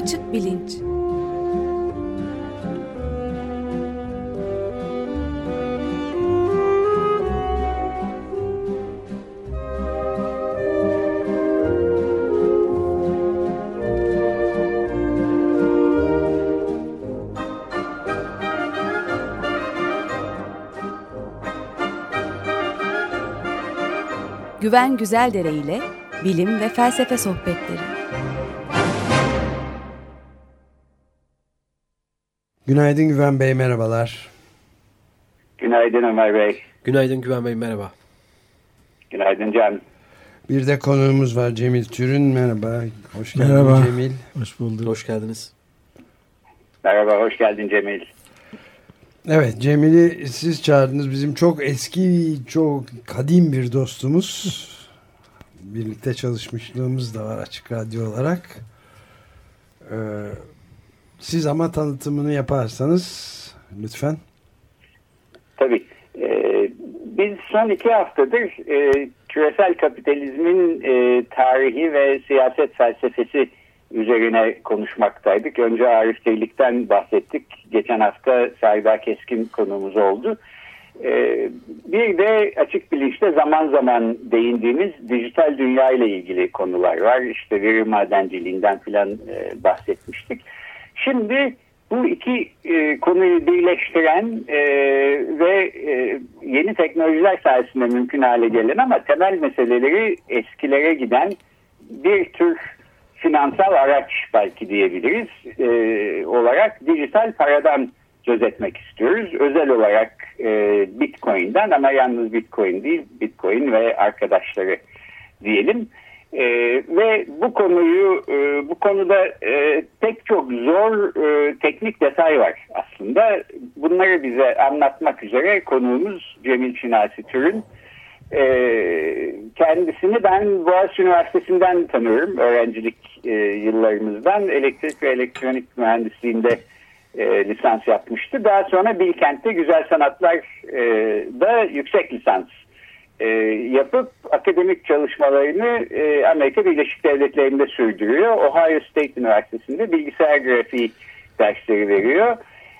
Açık Bilinç. Güven Güzeldere ile bilim ve felsefe sohbetleri. Günaydın Güven Bey, merhabalar. Günaydın Ömer Bey. Günaydın Güven Bey, merhaba. Günaydın Can. Bir de konuğumuz var, Cemil Türün. Merhaba, hoş geldin merhaba. Cemil. Hoş bulduk. Hoş geldiniz. Merhaba, hoş geldin Cemil. Evet, Cemil'i siz çağırdınız. Bizim çok eski, çok kadim bir dostumuz. Birlikte çalışmışlığımız da var Açık Radyo olarak. Siz ama tanıtımını yaparsanız lütfen. Tabii. Biz son 2 haftadır küresel kapitalizmin tarihi ve siyaset felsefesi üzerine konuşmaktaydık. Önce Arif Teylik'ten bahsettik. Geçen hafta Serdar Keskin konuğumuz oldu. Bir de Açık Bilinç'te zaman zaman değindiğimiz dijital dünya ile ilgili konular var. İşte veri madenciliğinden filan bahsetmiştik. Şimdi bu iki konuyu birleştiren ve yeni teknolojiler sayesinde mümkün hale gelen ama temel meseleleri eskilere giden bir tür finansal araç belki diyebiliriz olarak dijital paradan söz etmek istiyoruz. Özel olarak Bitcoin'den ama yalnız Bitcoin değil, Bitcoin ve arkadaşları diyelim. Ve bu konuda pek çok zor teknik detay var aslında. Bunları bize anlatmak üzere konuğumuz Cemil Şinasi Türün. Kendisini ben Boğaziçi Üniversitesi'nden tanıyorum. Öğrencilik yıllarımızdan elektrik ve elektronik mühendisliğinde lisans yapmıştı. Daha sonra Bilkent'te Güzel Sanatlar'da yüksek lisans yapıp akademik çalışmalarını Amerika Birleşik Devletleri'nde sürdürüyor. Ohio State Üniversitesi'nde bilgisayar grafiği dersleri veriyor.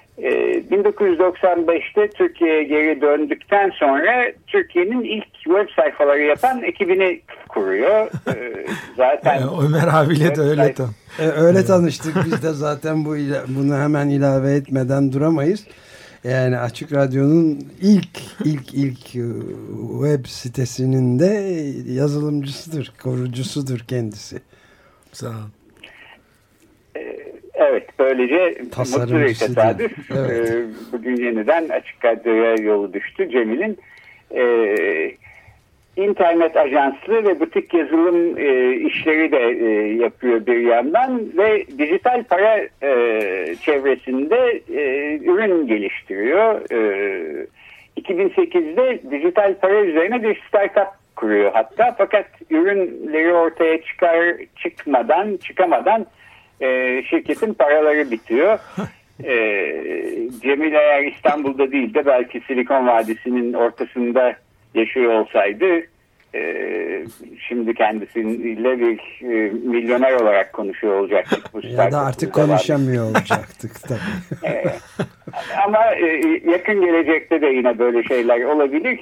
1995'te Türkiye'ye geri döndükten sonra Türkiye'nin ilk web sayfaları yapan ekibini kuruyor. Zaten Ömer abiyle de öyle öyle tanıştık biz de zaten bunu hemen ilave etmeden duramayız. Yani Açık Radyo'nun ilk web sitesinin de yazılımcısıdır, kurucusudur kendisi. Sağ ol. Evet, böylece mutlu bir tesadüf. Evet. Bugün yeniden Açık Radyo'ya yolu düştü Cemil'in. İnternet ajanslı ve butik yazılım işleri de yapıyor bir yandan ve dijital para çevresinde ürün geliştiriyor. 2008'de dijital para üzerine bir startup kuruyor hatta, fakat ürünleri ortaya çıkamadan şirketin paraları bitiyor. Cemil eğer İstanbul'da değil de belki Silikon Vadisi'nin ortasında yaşıyor olsaydı şimdi kendisiyle bir milyoner olarak konuşuyor olacaktık. Ya da artık konuşamıyor olacaktık tabii. Ama yakın gelecekte de yine böyle şeyler olabilir.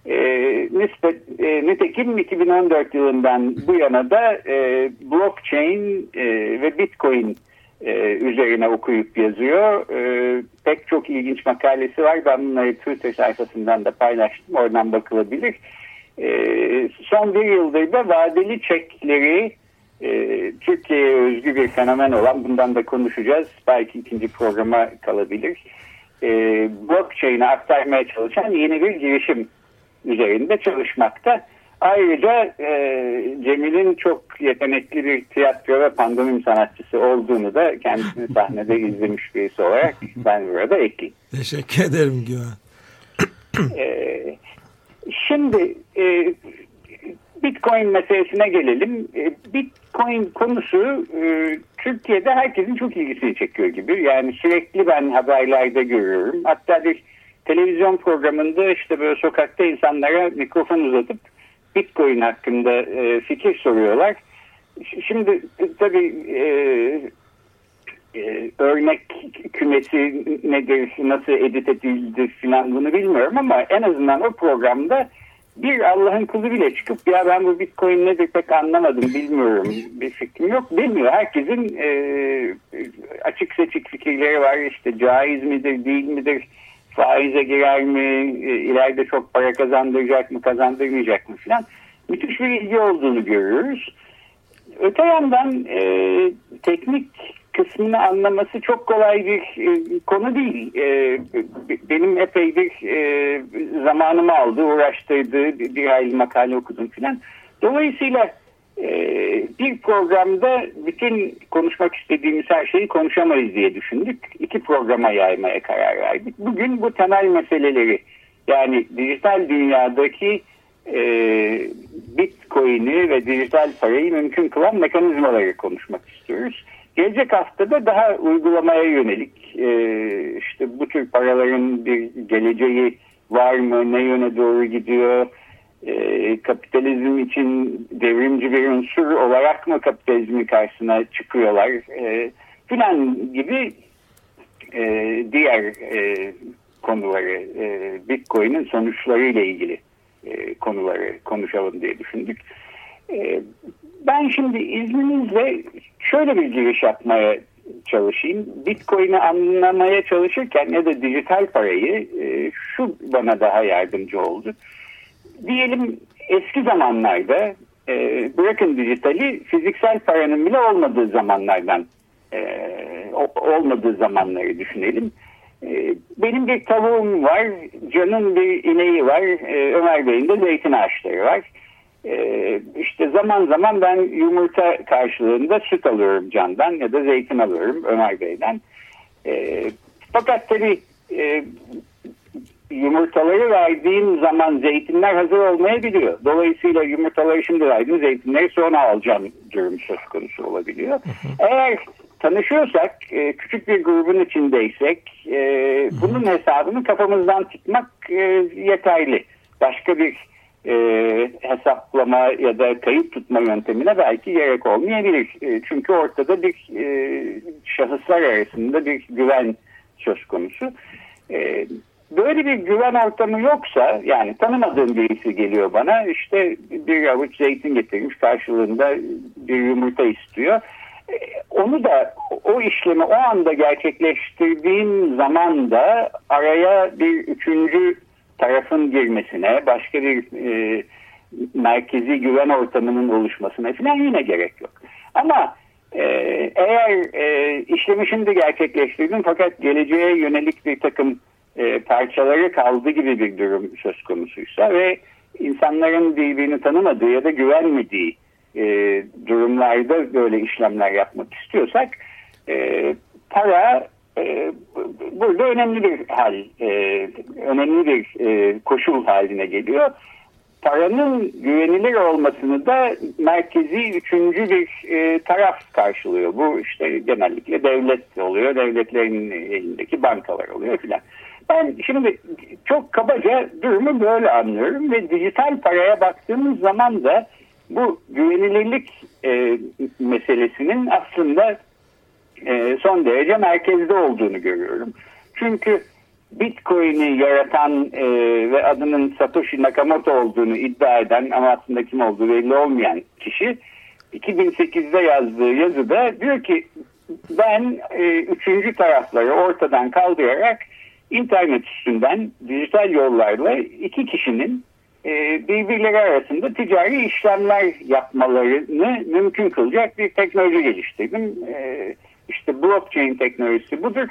Nitekim 2014 yılından bu yana da blockchain ve Bitcoin üzerine okuyup yazıyor. Pek çok ilginç makalesi var. Ben bunları Twitter sayfasından da paylaştım. Oradan bakılabilir. Son bir yıldır da vadeli çekleri Türkiye'ye özgü bir fenomen olan, bundan da konuşacağız. Belki ikinci programa kalabilir. Blockchain'e aktarmaya çalışan yeni bir girişim üzerinde çalışmakta. Ayrıca Cemil'in çok yetenekli bir tiyatro ve pandomim sanatçısı olduğunu da kendisini sahnede izlemiş birisi olarak ben burada ekleyeyim. Teşekkür ederim Güven. Şimdi Bitcoin meselesine gelelim. Bitcoin konusu Türkiye'de herkesin çok ilgisini çekiyor gibi. Yani sürekli ben haberlerde görüyorum. Hatta bir televizyon programında işte böyle sokakta insanlara mikrofon uzatıp Bitcoin hakkında fikir soruyorlar. Şimdi tabii örnek kümesi nedir, nasıl edit edildi falan bunu bilmiyorum ama en azından o programda bir Allah'ın kulu bile çıkıp ya ben bu Bitcoin nedir pek anlamadım, bilmiyorum, bir fikrim yok demiyor. Herkesin açık seçik fikirleri var. İşte caiz midir, değil midir, faize girer mi, ileride çok para kazandıracak mı, kazandırmayacak mı falan. Müthiş bir ilgi olduğunu görüyoruz. Öte yandan teknik kısmını anlaması çok kolay bir konu değil. Benim epey bir zamanımı aldı, uğraştırdı, bir aylık makale okudum filan. Dolayısıyla bir programda bütün konuşmak istediğimiz her şeyi konuşamayız diye düşündük. 2 programa yaymaya karar verdik. Bugün bu temel meseleleri, yani dijital dünyadaki Bitcoin'i ve dijital parayı mümkün kılan mekanizmaları konuşmak istiyoruz. Gelecek haftada daha uygulamaya yönelik işte bu tür paraların bir geleceği var mı, ne yöne doğru gidiyor, kapitalizm için devrimci bir unsur olarak mı kapitalizmin karşısına çıkıyorlar filan gibi diğer konuları, Bitcoin'in sonuçları ile ilgili konuları konuşalım diye düşündük. Ben şimdi izninizle şöyle bir giriş yapmaya çalışayım. Bitcoin'i anlamaya çalışırken ya da dijital parayı şu bana daha yardımcı oldu. Diyelim eski zamanlarda bırakın dijitali, fiziksel paranın bile olmadığı zamanlardan olmadığı zamanları düşünelim. Benim bir tavuğum var, Can'ın bir ineği var, Ömer Bey'in de zeytin ağaçları var. İşte zaman zaman ben yumurta karşılığında süt alıyorum Can'dan ya da zeytin alıyorum Ömer Bey'den. Fakat tabii yumurtaları verdiğim zaman zeytinler hazır olmayabiliyor. Dolayısıyla yumurtaları şimdi verdim, zeytinleri sonra alacağım durum söz konusu olabiliyor. Eğer tanışıyorsak, küçük bir grubun içindeysek bunun hesabını kafamızdan tutmak yeterli. Başka bir hesaplama ya da kayıt tutma yöntemine belki gerek olmayabilir. Çünkü ortada bir şahıslar arasında bir güven söz konusu. Böyle bir güven ortamı yoksa, yani tanımadığım birisi geliyor bana, işte bir avuç zeytin getirmiş, karşılığında bir yumurta istiyor. Onu da, o işlemi o anda gerçekleştirdiğim zaman da araya bir üçüncü tarafın girmesine, başka bir merkezi güven ortamının oluşmasına falan yine gerek yok. Ama eğer işlemi şimdi gerçekleştirdim fakat geleceğe yönelik bir takım parçaları kaldı gibi bir durum söz konusuysa ve insanların birbirini tanımadığı ya da güvenmediği durumlarda böyle işlemler yapmak istiyorsak para burada önemli bir önemli bir koşul haline geliyor. Paranın güvenilir olmasını da merkezi üçüncü bir taraf karşılıyor. Bu işte genellikle devlet oluyor, devletlerin elindeki bankalar oluyor filan. Ben şimdi çok kabaca durumu böyle anlıyorum ve dijital paraya baktığımız zaman da bu güvenilirlik meselesinin aslında son derece merkezde olduğunu görüyorum. Çünkü Bitcoin'i yaratan ve adının Satoshi Nakamoto olduğunu iddia eden ama aslında kim olduğu belli olmayan kişi 2008'de yazdığı yazıda diyor ki ben üçüncü tarafları ortadan kaldırarak internet üstünden dijital yollarla iki kişinin birbirleri arasında ticari işlemler yapmalarını mümkün kılacak bir teknoloji geliştirdim. İşte blockchain teknolojisi budur.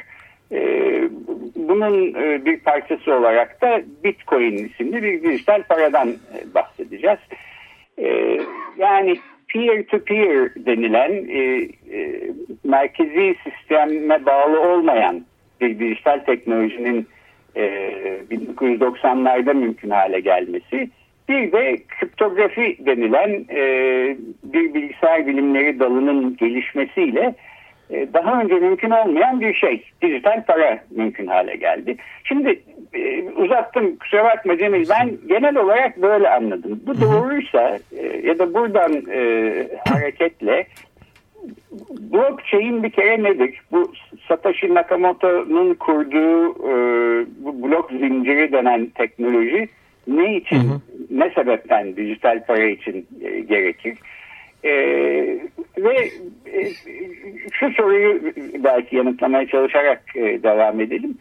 Bunun bir parçası olarak da Bitcoin isimli bir dijital paradan bahsedeceğiz. Yani peer-to-peer denilen merkezi sisteme bağlı olmayan bir dijital teknolojinin 1990'larda mümkün hale gelmesi. Bir de kriptografi denilen bir bilgisayar bilimleri dalının gelişmesiyle daha önce mümkün olmayan bir şey. Dijital para mümkün hale geldi. Şimdi uzattım, kusura bakma Cemil. Ben genel olarak böyle anladım. Bu doğruysa ya da buradan hareketle blockchain bir kere nedir? Bu Satoshi Nakamoto'nun kurduğu bu blok zinciri denen teknoloji ne için, ne sebepten dijital para için gerekir? Ve şu soruyu belki yanıtlamaya çalışarak devam edelim.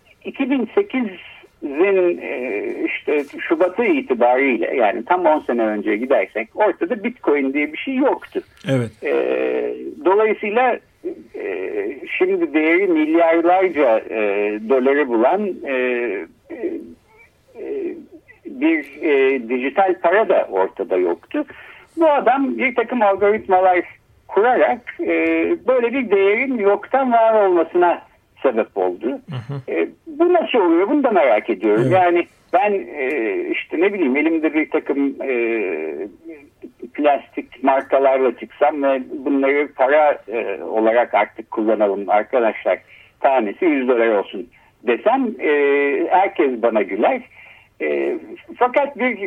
2008'in işte Şubat'ı itibariyle, yani tam 10 sene önce gidersek, ortada Bitcoin diye bir şey yoktu. Evet. Dolayısıyla şimdi değeri milyarlarca doları bulan bir dijital para da ortada yoktu. Bu adam bir takım algoritmalar kurarak böyle bir değerin yoktan var olmasına sebep oldu. Bu nasıl oluyor? Bunu da merak ediyorum. Evet. Yani ben işte ne bileyim, elimde bir takım plastik markalarla çıksam ve bunları para olarak artık kullanalım arkadaşlar, tanesi $100 olsun desem herkes bana güler. Fakat bir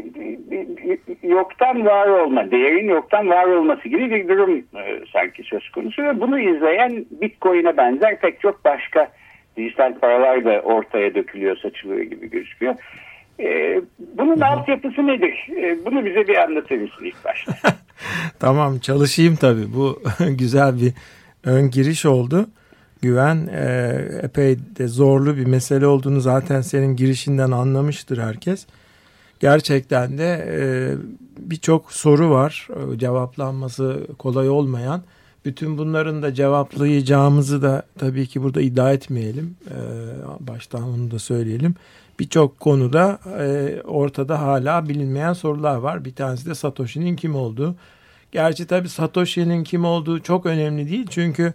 yoktan var olma, değerin yoktan var olması gibi bir durum sanki söz konusu ve bunu izleyen Bitcoin'e benzer pek çok başka dijital paralar da ortaya dökülüyor, saçılıyor gibi gözüküyor. Bunun altyapısı nedir? Bunu bize bir anlatır mısın ilk başta? Tamam, çalışayım tabii. Bu güzel bir ön giriş oldu. Güven, epey de zorlu bir mesele olduğunu zaten senin girişinden anlamıştır herkes. Gerçekten de birçok soru var, cevaplanması kolay olmayan. Bütün bunların da cevaplayacağımızı da tabii ki burada iddia etmeyelim. Baştan onu da söyleyelim. Birçok konuda ortada hala bilinmeyen sorular var. Bir tanesi de Satoshi'nin kim olduğu. Gerçi tabii Satoshi'nin kim olduğu çok önemli değil. Çünkü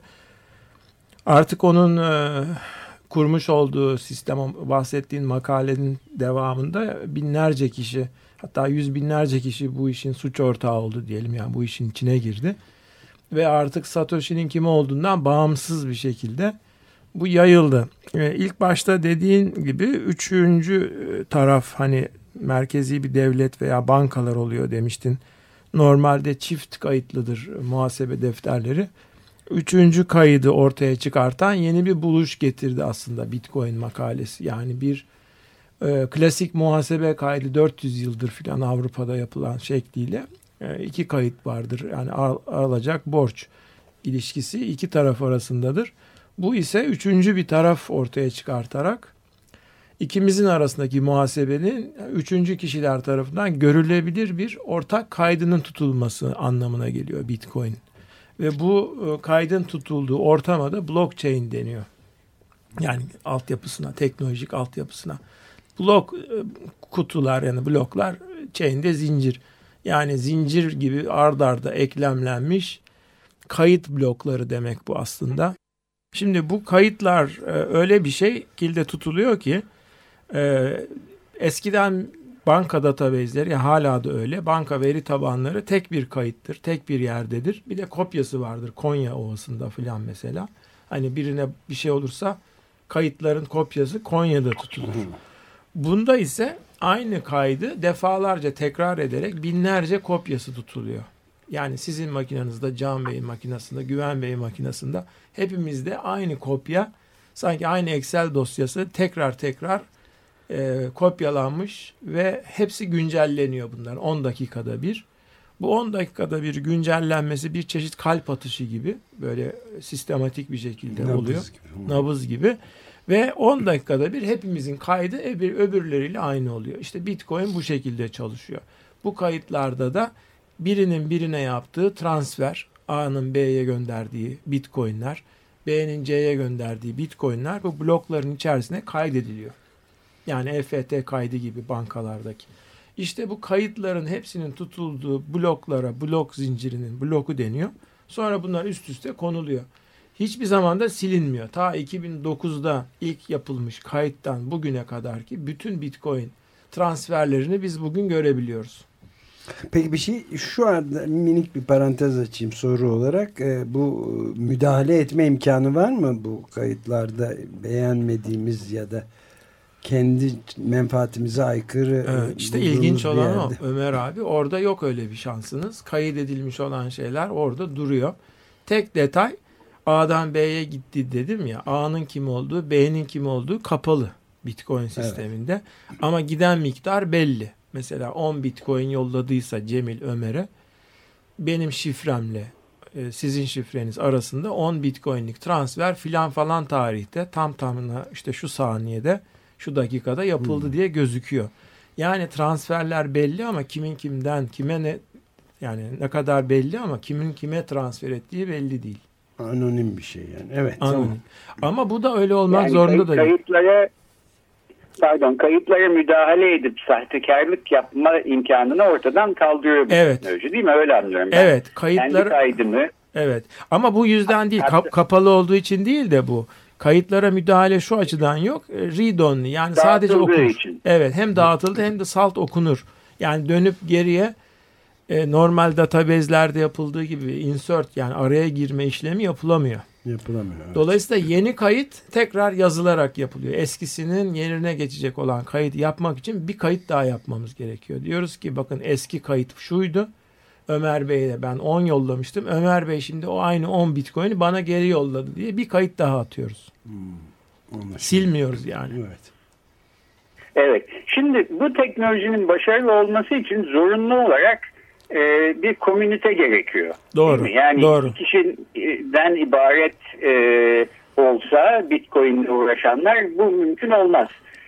artık onun kurmuş olduğu sistem, bahsettiğin makalenin devamında binlerce kişi, hatta yüz binlerce kişi bu işin suç ortağı oldu diyelim. Yani bu işin içine girdi. Ve artık Satoshi'nin kim olduğundan bağımsız bir şekilde bu yayıldı. İlk başta dediğin gibi üçüncü taraf, hani merkezi bir devlet veya bankalar oluyor demiştin. Normalde çift kayıtlıdır muhasebe defterleri. Üçüncü kaydı ortaya çıkartan yeni bir buluş getirdi aslında Bitcoin makalesi. Yani bir klasik muhasebe kaydı 400 yıldır filan Avrupa'da yapılan şekliyle iki kayıt vardır. Yani alacak borç ilişkisi iki taraf arasındadır. Bu ise üçüncü bir taraf ortaya çıkartarak ikimizin arasındaki muhasebenin üçüncü kişiler tarafından görülebilir bir ortak kaydının tutulması anlamına geliyor Bitcoin. Ve bu kaydın tutulduğu ortama da blockchain deniyor. Yani altyapısına, teknolojik altyapısına. Blok kutular, yani bloklar, chain'de zincir. Yani zincir gibi ard arda eklemlenmiş kayıt blokları demek bu aslında. Şimdi bu kayıtlar öyle bir şekilde tutuluyor ki eskiden banka database'leri, hala da öyle, banka veri tabanları tek bir kayıttır, tek bir yerdedir. Bir de kopyası vardır Konya Ovası'nda filan mesela. Hani birine bir şey olursa kayıtların kopyası Konya'da tutulur. Bunda ise aynı kaydı defalarca tekrar ederek binlerce kopyası tutuluyor. Yani sizin makinenizde, Can Bey'in makinesinde, Güven Bey'in makinesinde hepimizde aynı kopya, sanki aynı Excel dosyası tekrar kopyalanmış ve hepsi güncelleniyor bunlar 10 dakikada bir. Bu 10 dakikada bir güncellenmesi bir çeşit kalp atışı gibi, böyle sistematik bir şekilde oluyor. Nabız gibi. Ve 10 dakikada bir hepimizin kaydı öbürleriyle aynı oluyor. İşte Bitcoin bu şekilde çalışıyor. Bu kayıtlarda da birinin birine yaptığı transfer, A'nın B'ye gönderdiği Bitcoin'ler, B'nin C'ye gönderdiği Bitcoin'ler bu blokların içerisine kaydediliyor. Yani EFT kaydı gibi bankalardaki. İşte bu kayıtların hepsinin tutulduğu bloklara blok zincirinin bloku deniyor. Sonra bunlar üst üste konuluyor. Hiçbir zaman da silinmiyor. Ta 2009'da ilk yapılmış kayıttan bugüne kadar ki bütün Bitcoin transferlerini biz bugün görebiliyoruz. Peki bir şey, şu anda minik bir parantez açayım soru olarak. Bu müdahale etme imkanı var mı bu kayıtlarda, beğenmediğimiz ya da kendi menfaatimize aykırı? Evet, işte ilginç olan o Ömer abi, orada yok öyle bir şansınız. Kaydedilmiş olan şeyler orada duruyor. tek detay A'dan B'ye gitti dedim ya. A'nın kim olduğu, B'nin kim olduğu kapalı Bitcoin sisteminde. Evet. Ama giden miktar belli. Mesela 10 Bitcoin yolladıysa Cemil Ömer'e, benim şifremle sizin şifreniz arasında 10 Bitcoin'lik transfer filan falan tarihte tam tamına işte şu saniyede, şu dakikada yapıldı diye gözüküyor. Yani transferler belli ama kimin kimden kime ne, yani ne kadar belli ama kimin kime transfer ettiği belli değil. Anonim bir şey yani. Evet. Anonim. Tamam. Ama bu da öyle olmak yani zorunda da değil. Kayıtlara müdahale edip sahtekarlık yapma imkanını ortadan kaldırıyor bu teknoloji, değil mi? Öyle anlıyorum ben. Evet. Kayıtları, kendi kaydımı. Evet. Ama bu yüzden değil. Kapalı olduğu için değil de bu. Kayıtlara müdahale şu açıdan yok. Read only. Yani sadece okunur. İçin. Evet. Hem dağıtıldı hem de salt okunur. Yani dönüp geriye normal database'lerde yapıldığı gibi insert, yani araya girme işlemi yapılamıyor. Yapılamıyor. Evet. Dolayısıyla yeni kayıt tekrar yazılarak yapılıyor. Eskisinin yerine geçecek olan kayıt yapmak için bir kayıt daha yapmamız gerekiyor. Diyoruz ki bakın eski kayıt şuydu. Ömer Bey'e ben 10 yollamıştım. Ömer Bey şimdi o aynı 10 Bitcoin'i bana geri yolladı diye bir kayıt daha atıyoruz. Silmiyoruz yani. Evet. Evet. Şimdi bu teknolojinin başarılı olması için zorunlu olarak bir komünite gerekiyor. Doğru. Yani doğru. kişiden ibaret olsa Bitcoin'le uğraşanlar bu mümkün olmaz.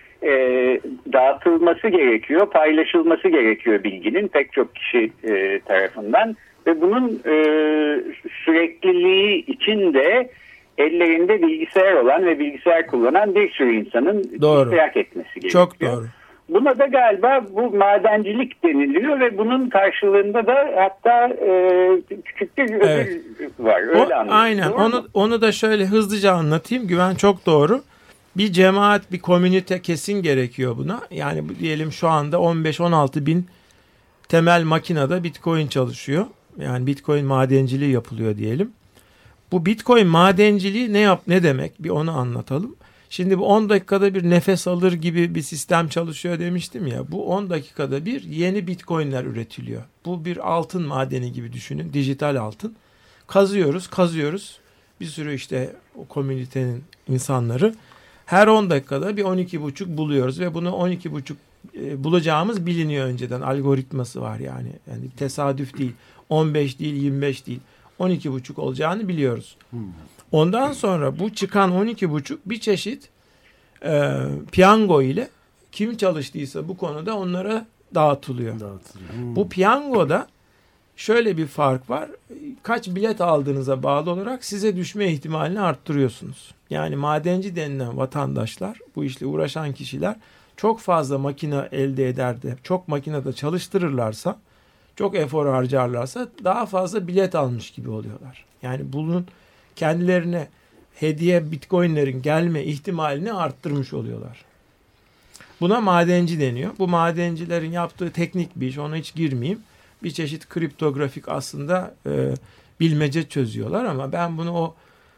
Dağıtılması gerekiyor, paylaşılması gerekiyor bilginin pek çok kişi tarafından ve bunun sürekliliği için de ellerinde bilgisayar olan ve bilgisayar kullanan bir sürü insanın iştirak etmesi gerekiyor. Çok doğru. Buna da galiba bu madencilik deniliyor ve bunun karşılığında da hatta küçük bir ödül var. Öyle aynen. Onu da şöyle hızlıca anlatayım. Güven çok doğru. Bir cemaat, bir komünite kesin gerekiyor buna. Yani diyelim şu anda 15-16 bin temel makinede Bitcoin çalışıyor. Yani Bitcoin madenciliği yapılıyor diyelim. Bu Bitcoin madenciliği ne demek? Bir onu anlatalım. Şimdi bu 10 dakikada bir nefes alır gibi bir sistem çalışıyor demiştim ya. Bu 10 dakikada bir yeni Bitcoin'ler üretiliyor. Bu bir altın madeni gibi düşünün. Dijital altın. Kazıyoruz. Bir sürü işte o komünitenin insanları her 10 dakikada bir 12,5 buluyoruz ve bunu 12,5 bulacağımız biliniyor önceden. Algoritması var yani. Yani tesadüf değil. 15 değil, 25 değil. 12,5 olacağını biliyoruz. Ondan sonra bu çıkan 12,5 bir çeşit piyango ile kim çalıştıysa bu konuda onlara dağıtılıyor. Bu piyangoda şöyle bir fark var. Kaç bilet aldığınıza bağlı olarak size düşme ihtimalini arttırıyorsunuz. Yani madenci denilen vatandaşlar, bu işle uğraşan kişiler çok fazla makine elde eder de çok makinede çalıştırırlarsa, çok efor harcarlarsa daha fazla bilet almış gibi oluyorlar. Yani bunun kendilerine hediye Bitcoin'lerin gelme ihtimalini arttırmış oluyorlar. Buna madenci deniyor. Bu madencilerin yaptığı teknik bir iş, ona hiç girmeyeyim. Bir çeşit kriptografik aslında bilmece çözüyorlar ama ben bunu o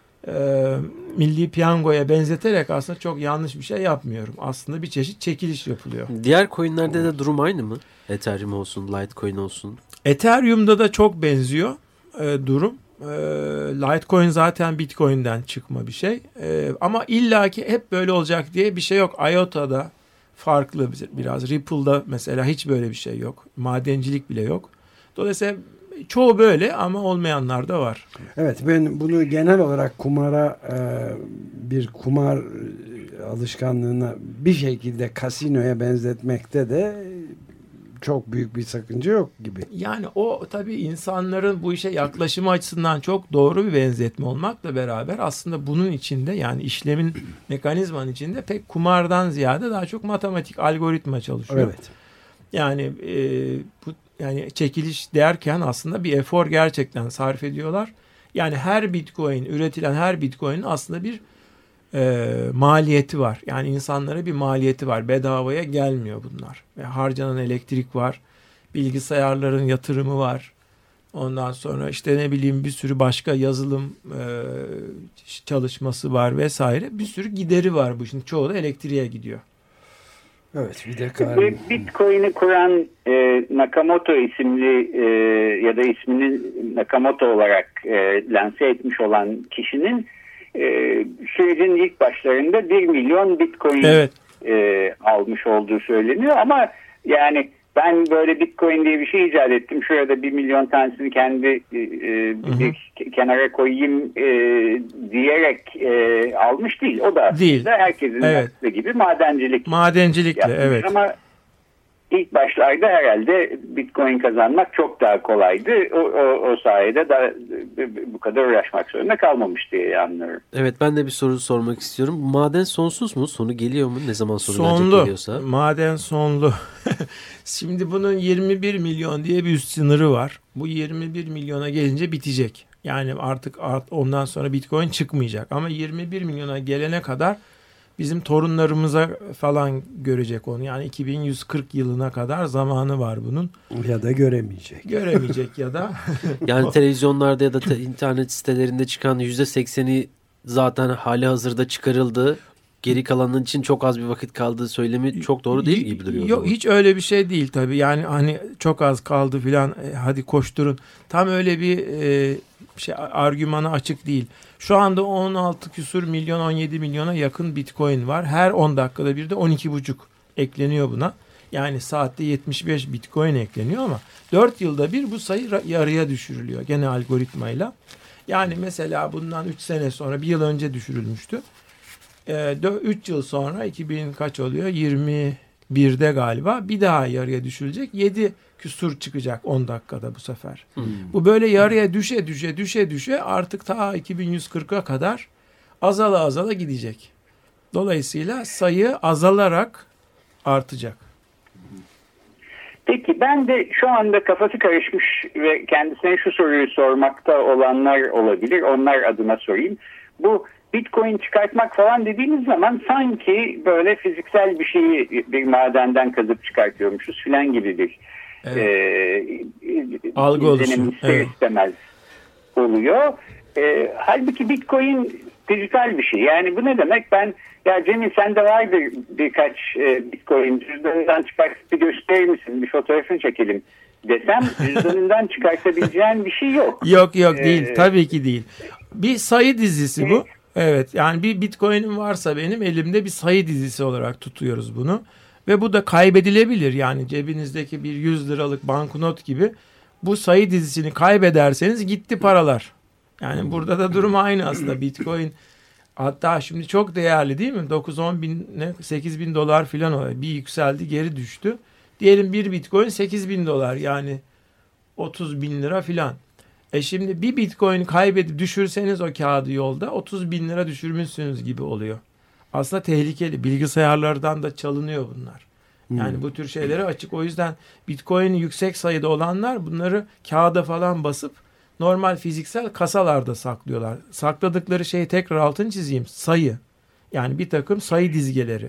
milli piyangoya benzeterek aslında çok yanlış bir şey yapmıyorum. Aslında bir çeşit çekiliş yapılıyor. Diğer coinlerde de durum aynı mı? Ethereum olsun, Litecoin olsun. Ethereum'da da çok benziyor durum. Litecoin zaten Bitcoin'den çıkma bir şey. Ama illaki hep böyle olacak diye bir şey yok. IOTA'da farklı biraz. Ripple'da mesela hiç böyle bir şey yok. Madencilik bile yok. Dolayısıyla çoğu böyle ama olmayanlar da var. Evet, ben bunu genel olarak kumara, bir kumar alışkanlığına bir şekilde kasinoya benzetmekte de çok büyük bir sakınca yok gibi. Yani o tabii insanların bu işe yaklaşımı açısından çok doğru bir benzetme olmakla beraber aslında bunun içinde, yani işlemin mekanizmanın içinde pek kumardan ziyade daha çok matematik, algoritma çalışıyor. Evet. Yani bu yani çekiliş derken aslında bir efor gerçekten sarf ediyorlar. Yani her Bitcoin, üretilen her Bitcoin'in aslında bir maliyeti var. Yani insanlara bir maliyeti var. Bedavaya gelmiyor bunlar. Ve harcanan elektrik var. Bilgisayarların yatırımı var. Ondan sonra işte ne bileyim bir sürü başka yazılım çalışması var vesaire. Bir sürü gideri var bu işin. Çoğu da elektriğe gidiyor. Evet, bir de Bitcoin'i kuran Nakamoto isimli ya da ismini Nakamoto olarak lanse etmiş olan kişinin sürecin ilk başlarında 1 milyon Bitcoin almış olduğu söyleniyor. Ama yani ben böyle Bitcoin diye bir şey icat ettim. Şurada 1 milyon tanesini kendi bir kenara koyayım diyerek almış değil. O da aslında herkesin yaptığı gibi madencilikle. Evet. Ama ilk başlarda herhalde Bitcoin kazanmak çok daha kolaydı. O sayede bu kadar uğraşmak zorunda kalmamış diye anlıyorum. Evet, ben de bir soru sormak istiyorum. Maden sonsuz mu? Sonu geliyor mu? Ne zaman sonu geliyorsa? Maden sonlu. Şimdi bunun 21 milyon diye bir üst sınırı var. Bu 21 milyona gelince bitecek. Yani artık ondan sonra Bitcoin çıkmayacak. Ama 21 milyona gelene kadar bizim torunlarımıza falan görecek onu. Yani 2140 yılına kadar zamanı var bunun. Ya da göremeyecek. Göremeyecek ya da. Yani televizyonlarda ya da internet sitelerinde çıkan %80'i zaten hali hazırda çıkarıldı. Geri kalanın için çok az bir vakit kaldığı söylemi çok doğru değil gibi duruyor. Yok, hiç öyle bir şey değil tabii. Yani hani çok az kaldı filan, hadi koşturun. Tam öyle bir argümana açık değil. Şu anda 16 küsur milyon, 17 milyona yakın Bitcoin var. Her 10 dakikada bir de 12,5 ekleniyor buna. Yani saatte 75 Bitcoin ekleniyor ama 4 yılda bir bu sayı yarıya düşürülüyor gene algoritmayla. Yani mesela bundan 3 sene sonra, bir yıl önce düşürülmüştü. 3 yıl sonra 2000 kaç oluyor? 21'de galiba bir daha yarıya düşülecek. 7 küsur çıkacak 10 dakikada bu sefer. Bu böyle yarıya düşe artık ta 2140'a kadar azala gidecek. Dolayısıyla sayı azalarak artacak. Peki ben de şu anda kafası karışmış ve kendisine şu soruyu sormakta olanlar olabilir. Onlar adına sorayım. Bu Bitcoin çıkartmak falan dediğimiz zaman sanki böyle fiziksel bir şeyi bir madenden kazıp çıkartıyormuşuz filan gibi bir algı oluşuyor. İstemez oluyor. Halbuki Bitcoin dijital bir şey. Yani bu ne demek? Ya Cemil sende vardır birkaç Bitcoin, cüzdanından çıkartıp gösterir misin? Bir fotoğrafını çekelim desem cüzdanından çıkartabileceğin bir şey yok. Yok değil. Tabii ki değil. Bir sayı dizisi bu. Evet, yani bir Bitcoin'im varsa benim elimde bir sayı dizisi olarak tutuyoruz bunu. Ve bu da kaybedilebilir. Yani cebinizdeki bir 100 liralık banknot gibi bu sayı dizisini kaybederseniz gitti paralar. Yani burada da durum aynı aslında. Bitcoin hatta şimdi çok değerli değil mi? 9-10 bin, 8 bin dolar falan oluyor. Bir yükseldi, geri düştü. Diyelim bir Bitcoin 8 bin dolar, yani 30 bin lira falan. Şimdi bir Bitcoin kaybedip düşürseniz o kağıdı yolda 30 bin lira düşürmüşsünüz gibi oluyor. Aslında tehlikeli. Bilgisayarlardan da çalınıyor bunlar. Yani bu tür şeylere açık. O yüzden Bitcoin'i yüksek sayıda olanlar bunları kağıda falan basıp normal fiziksel kasalarda saklıyorlar. Sakladıkları şeyi tekrar altını çizeyim. Sayı. Yani bir takım sayı dizgeleri.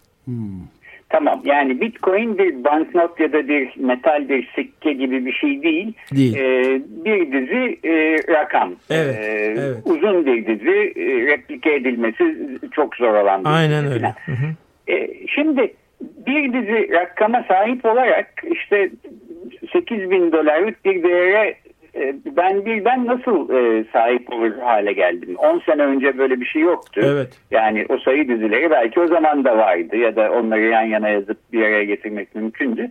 Tamam, yani Bitcoin bir banknot ya da bir metal bir sikke gibi bir şey değil. Bir dizi rakam. Evet. Uzun bir dizi, replike edilmesi çok zor olan bir dizi. Aynen öyle. Şimdi bir dizi rakama sahip olarak işte 8 bin dolarlık bir değere ben nasıl sahip olur hale geldim? 10 sene önce böyle bir şey yoktu. Evet. Yani o sayı dizileri belki o zaman da vardı ya da onları yan yana yazıp bir araya getirmek mümkündü.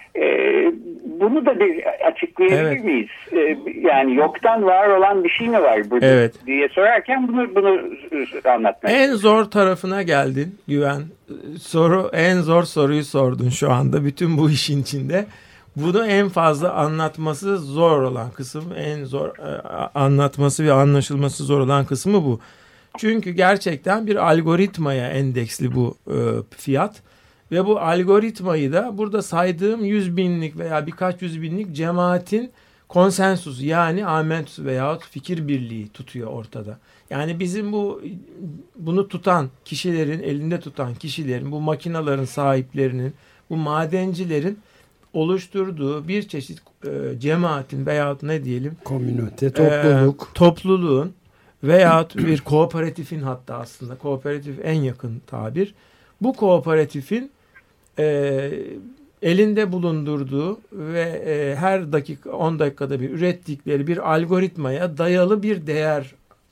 Bunu da bir açıklayabilir miyiz? Yani yoktan var olan bir şey mi var burada diye sorarken bunu anlatmak. En zor tarafına geldin Güven. En zor soruyu sordun şu anda bütün bu işin içinde. Bunu en fazla anlatması zor olan kısım, en zor anlatması ve anlaşılması zor olan kısmı bu. Çünkü gerçekten bir algoritmaya endeksli bu fiyat ve bu algoritmayı da burada saydığım 100 binlik veya birkaç yüz binlik cemaatin konsensusu, yani amentüsü veyahut fikir birliği tutuyor ortada. Yani bizim bunu tutan kişilerin, elinde tutan kişilerin, bu makinaların sahiplerinin, bu madencilerin oluşturduğu bir çeşit cemaatin veyahut ne diyelim, komünite, topluluğun veyahut bir kooperatifin, hatta aslında kooperatif en yakın tabir, bu kooperatifin elinde bulundurduğu ve her dakika 10 dakikada bir ürettikleri bir algoritmaya dayalı bir değer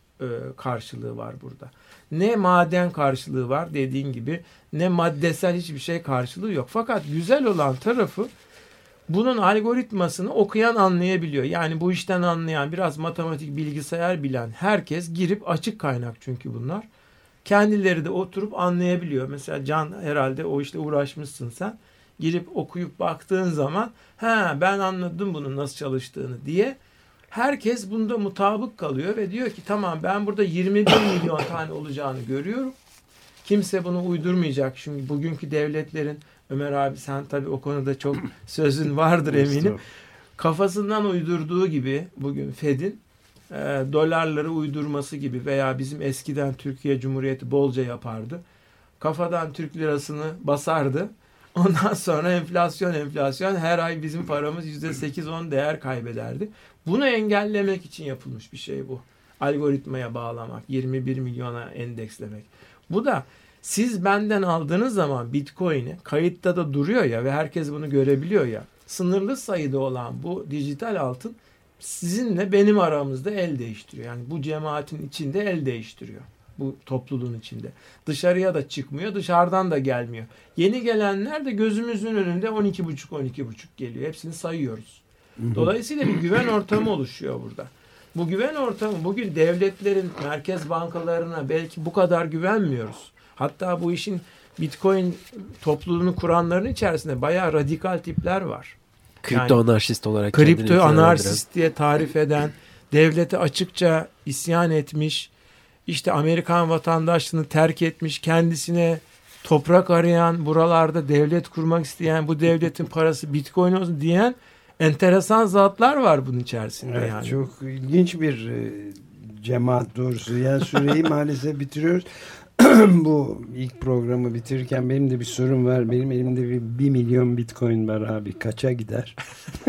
karşılığı var burada. Ne maden karşılığı var dediğin gibi, ne maddesel hiçbir şey karşılığı yok. Fakat güzel olan tarafı, bunun algoritmasını okuyan anlayabiliyor. Yani bu işten anlayan, biraz matematik, bilgisayar bilen herkes girip, açık kaynak çünkü bunlar, kendileri de oturup anlayabiliyor. Mesela Can, herhalde o işle uğraşmışsın sen. Girip okuyup baktığın zaman ben anladım bunun nasıl çalıştığını diye herkes bunda mutabık kalıyor ve diyor ki tamam, ben burada 21 milyon tane olacağını görüyorum. Kimse bunu uydurmayacak. Çünkü bugünkü devletlerin, Ömer abi sen tabii o konuda çok sözün vardır eminim. Kafasından uydurduğu gibi bugün Fed'in dolarları uydurması gibi, veya bizim eskiden Türkiye Cumhuriyeti bolca yapardı. Kafadan Türk lirasını basardı. Ondan sonra enflasyon her ay bizim paramız %8-10 değer kaybederdi. Bunu engellemek için yapılmış bir şey bu. Algoritmaya bağlamak, 21 milyona endekslemek. Bu da siz benden aldığınız zaman Bitcoin'i, kayıtta da duruyor ya ve herkes bunu görebiliyor ya, sınırlı sayıda olan bu dijital altın sizinle benim aramızda el değiştiriyor. Yani bu cemaatin içinde el değiştiriyor. Bu topluluğun içinde. Dışarıya da çıkmıyor, dışarıdan da gelmiyor. Yeni gelenler de gözümüzün önünde 12,5 geliyor. Hepsini sayıyoruz. Dolayısıyla bir güven ortamı oluşuyor burada. Bu güven ortamı, bugün devletlerin merkez bankalarına belki bu kadar güvenmiyoruz. Hatta bu işin Bitcoin topluluğunu kuranların içerisinde bayağı radikal tipler var. Kripto anarşist olarak. Kripto anarşist diye tarif eden, devlete açıkça isyan etmiş, işte Amerikan vatandaşlığını terk etmiş, kendisine toprak arayan, buralarda devlet kurmak isteyen, bu devletin parası Bitcoin olsun diyen enteresan zatlar var bunun içerisinde. Evet, yani. Çok ilginç bir cemaat doğrusu. Yani süreyi maalesef bitiriyoruz. Bu ilk programı bitirirken benim de bir sorum var. Benim elimde bir 1 milyon Bitcoin var abi. Kaça gider?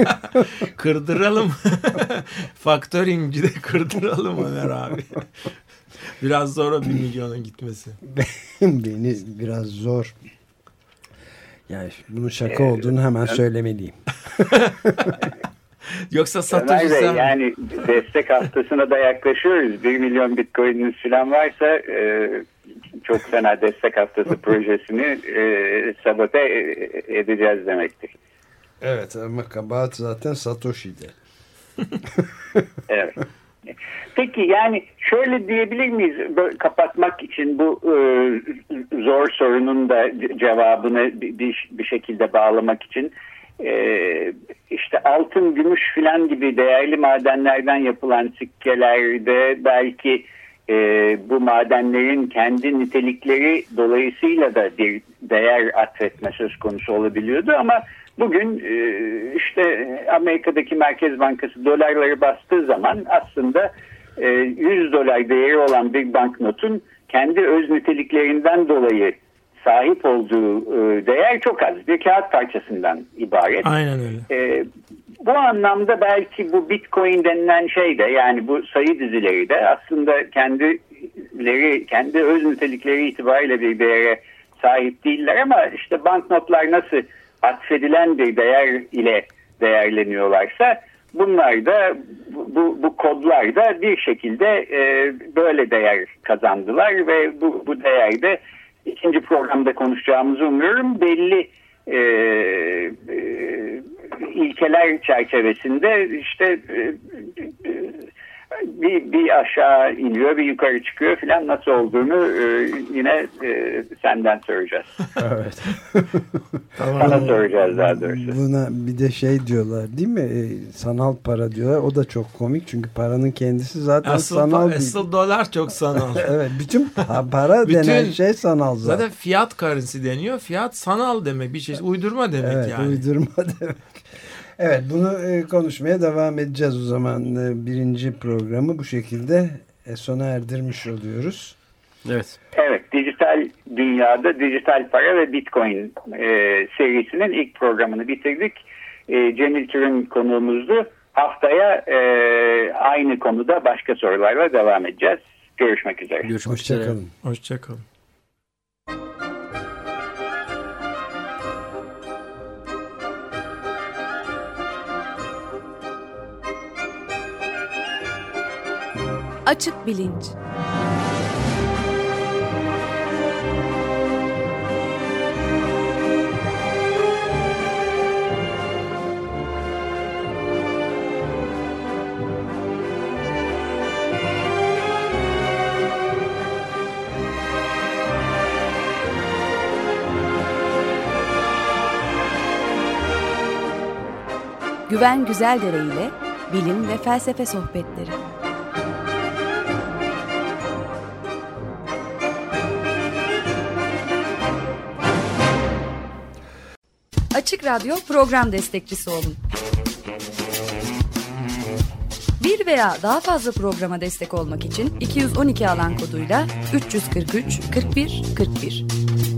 Kırdıralım. Factoring'de kırdıralım Ömer abi. Biraz zor o 1 milyonun gitmesi. Beni biraz zor. Yani bunun şaka olduğunu hemen söylemeliyim. Yoksa satıcı sen... Yani destek haftasına da yaklaşıyoruz. 1 milyon Bitcoin'iniz falan varsa çok fena destek haftası projesini sabote edeceğiz demektir. Evet, ama kabahat zaten Satoshi'de. Evet. Peki yani şöyle diyebilir miyiz, böyle kapatmak için bu zor sorunun da cevabını bir şekilde bağlamak için işte altın, gümüş filan gibi değerli madenlerden yapılan sikkelerde belki bu madenlerin kendi nitelikleri dolayısıyla da bir değer atfetme söz konusu olabiliyordu ama bugün işte Amerika'daki Merkez Bankası dolarları bastığı zaman aslında 100 dolar değeri olan bir banknotun kendi öz niteliklerinden dolayı sahip olduğu değer çok az. Bir kağıt parçasından ibaret. Aynen öyle. Bu anlamda belki bu Bitcoin denilen şey de, yani bu sayı dizileri de aslında kendi öz nitelikleri itibariyle bir değere sahip değiller ama işte banknotlar nasıl atfedilen bir değer ile değerleniyorlarsa bunlar da bu kodlar da bir şekilde böyle değer kazandılar ve bu değer de ikinci programda konuşacağımızı umuyorum belli ilkeler çerçevesinde işte bir aşağı iniyor, bir yukarı çıkıyor filan, nasıl olduğunu yine senden soracağız. Evet. Sana soracağız daha doğrusu. Buna bir de şey diyorlar değil mi? Sanal para diyorlar. O da çok komik çünkü paranın kendisi zaten sanal. Asıl dolar çok sanal. Evet, bütün para denen şey sanal zaten. Zaten fiyat currency deniyor. Fiyat sanal demek, bir şey, uydurma demek evet, yani. Uydurma demek. Evet, bunu konuşmaya devam edeceğiz o zaman. Birinci programı bu şekilde sona erdirmiş oluyoruz. Evet. Evet, dijital dünyada dijital para ve Bitcoin serisinin ilk programını bitirdik. Cemil Türün konuğumuzdu. Haftaya aynı konuda başka sorularla devam edeceğiz. Görüşmek üzere. Hoşça kalın. Hoşça kalın. Açık Bilinç. Güven Güzeldere ile bilim ve felsefe sohbetleri. Açık Radyo program destekçisi olun. Bir veya daha fazla programa destek olmak için 212 alan koduyla 343 41 41.